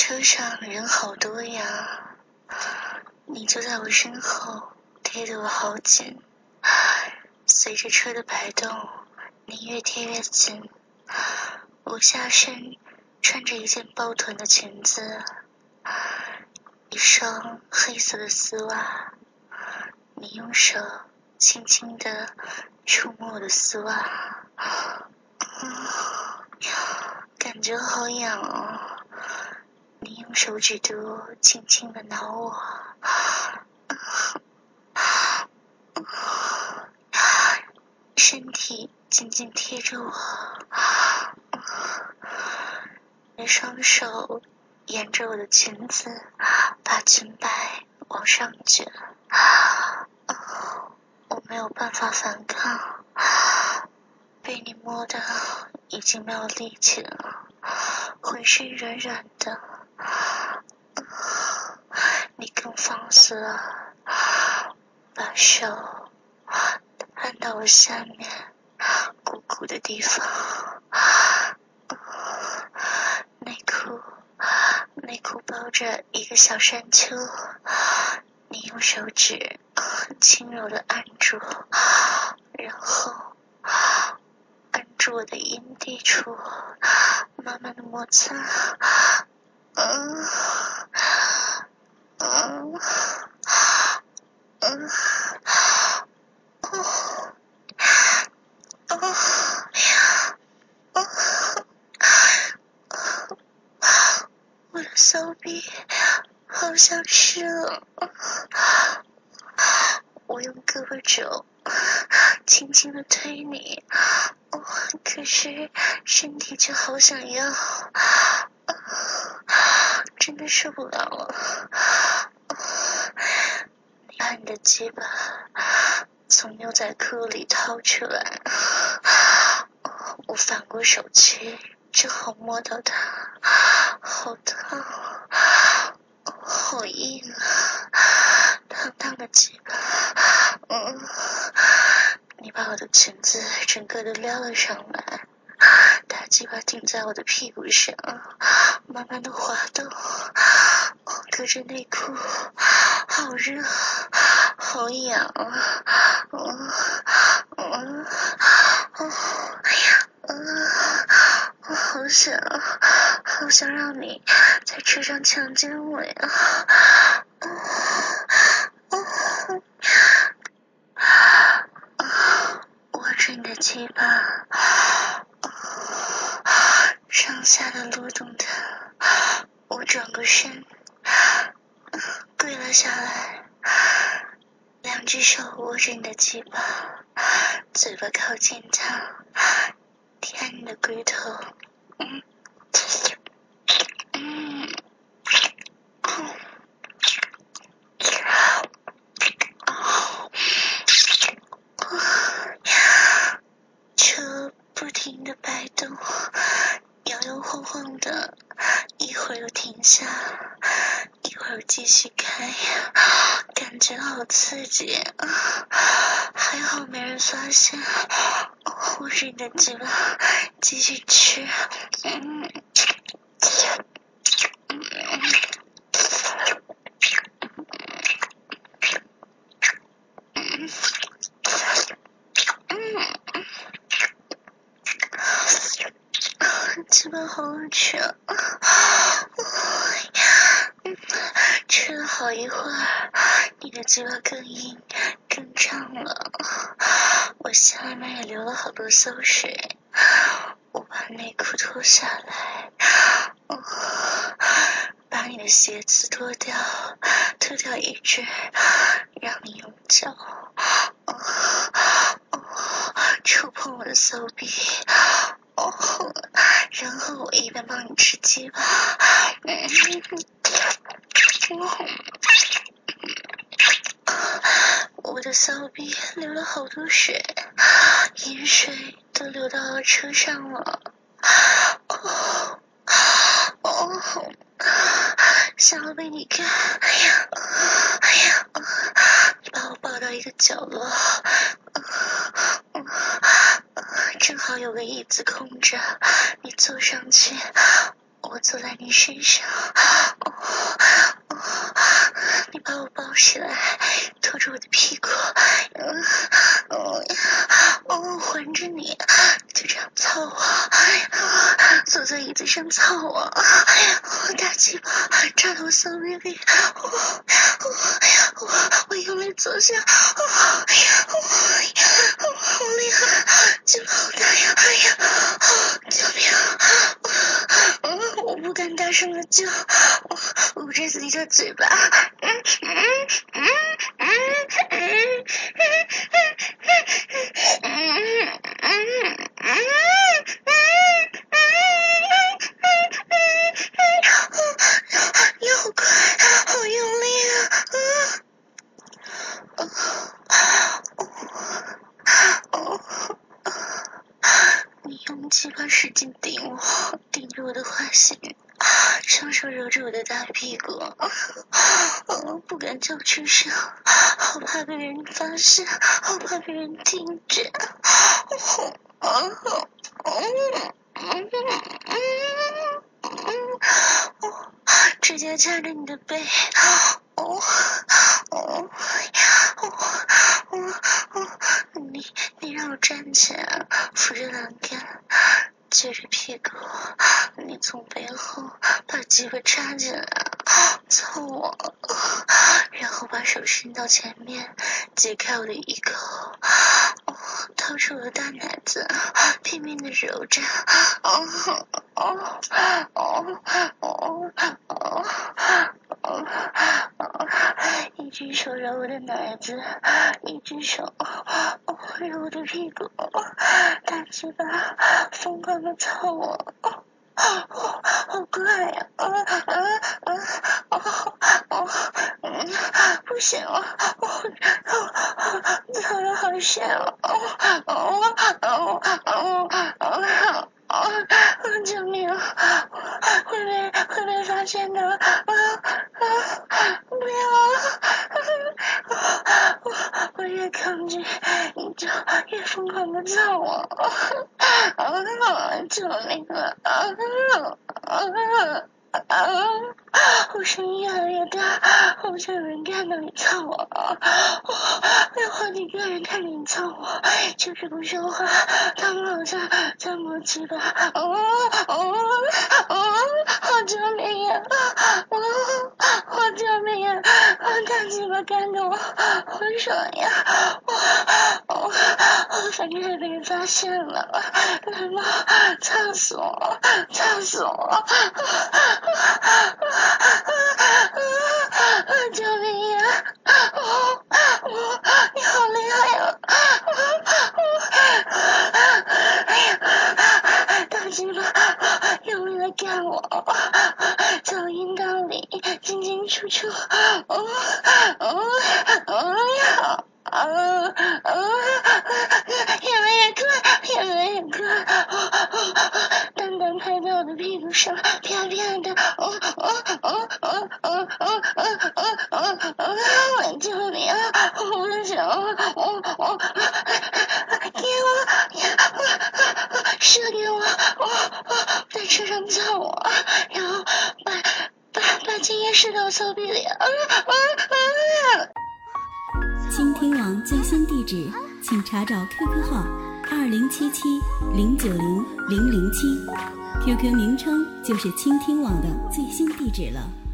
车上人好多呀，你就在我身后，贴得我好紧。随着车的摆动，你越贴越紧。我下身穿着一件包臀的裙子，一双黑色的丝袜。你用手轻轻地触摸我的丝袜，感觉好痒哦。你用手指肚轻轻地挠我，身体紧紧贴着我，你的双手沿着我的裙子把裙摆往上卷，我没有办法反抗，被你摸的已经没有力气了，浑身软软的。你更放肆了，把手按到我下面鼓鼓的地方，内裤包着一个小山丘，你用手指轻柔地按住，然后按住我的阴蒂处，慢慢地摩擦，我的骚逼好像湿了，我用胳膊肘轻轻地推你，可是身体却好想要，真的受不了了。你把你的鸡巴从牛仔裤里掏出来，我反过手去，正好摸到它，好烫，好硬啊，烫烫的鸡巴。你把我的裙子整个都撩了上来，大鸡巴顶在我的屁股上，慢慢的滑动，隔着内裤，好热，好痒我好想让你在车上强奸我呀！握着你的鸡巴，上下的蠕动的，我转过身，跪了下来，两只手握着你的鸡巴，嘴巴靠近它，舔你的龟头，车不停地摆动，摇摇晃晃的，一会儿又停下，一会儿继续开，感觉好刺激，还好没人发现，握着你的鸡巴继续吃，鸡巴好吃，吃了好一会儿，你的鸡巴更硬更胀了，我下面也流了好多馊水，我把内裤脱下来，把你的鞋子脱掉一只，让你用脚触碰我的骚逼，然后我一边帮你吃鸡巴，我的骚逼流了好多水，盐水都流到了车上了，想要被你干，你把我抱到一个角落，正好有个椅子空着，你坐上去，我坐在你身上， 我手臂里，我用力坐下，好厉害，劲好大呀！哎呀，救命！我不敢大声的叫，我捂着自己的嘴巴。你好快，好用力你用鸡巴使劲顶着我的花心，双手揉着我的大屁股，不敢叫出声，好怕被人发现，好怕被人听见。直接掐着你的背，你让我站起来，扶着栏杆，撅着屁股，你从背后把鸡巴插进来，操我，然后把手伸到前面，解开我的衣口，掏出我的大奶子，拼命的揉着，一只手揉我的奶子，一只手揉我的屁股，大鸡巴疯狂的操我，好快呀！不行了，操的好险救命！会被发现的！不要！我越抗拒，你就越疯狂的操我！救命我声音越来越大，好像有人看到你操我，有好几个人看着你操我，就是不说话，他们好像在摸鸡巴，救命呀！救命呀！大鸡巴干着我，好爽呀！反正也被人发现了，来吧，操死我！救命呀！你好厉害呀！大鸡巴用力的干我，从阴道里进进出出，越来越快，蛋蛋拍在我的屁股上，啪啪的，救命啊！我的手，给我，射给我，在车上叫我，然后把精液射到我手臂里， 倾听网最新地址，请查找 QQ 号2077090007 ，QQ 名称就是倾听网的最新地址了。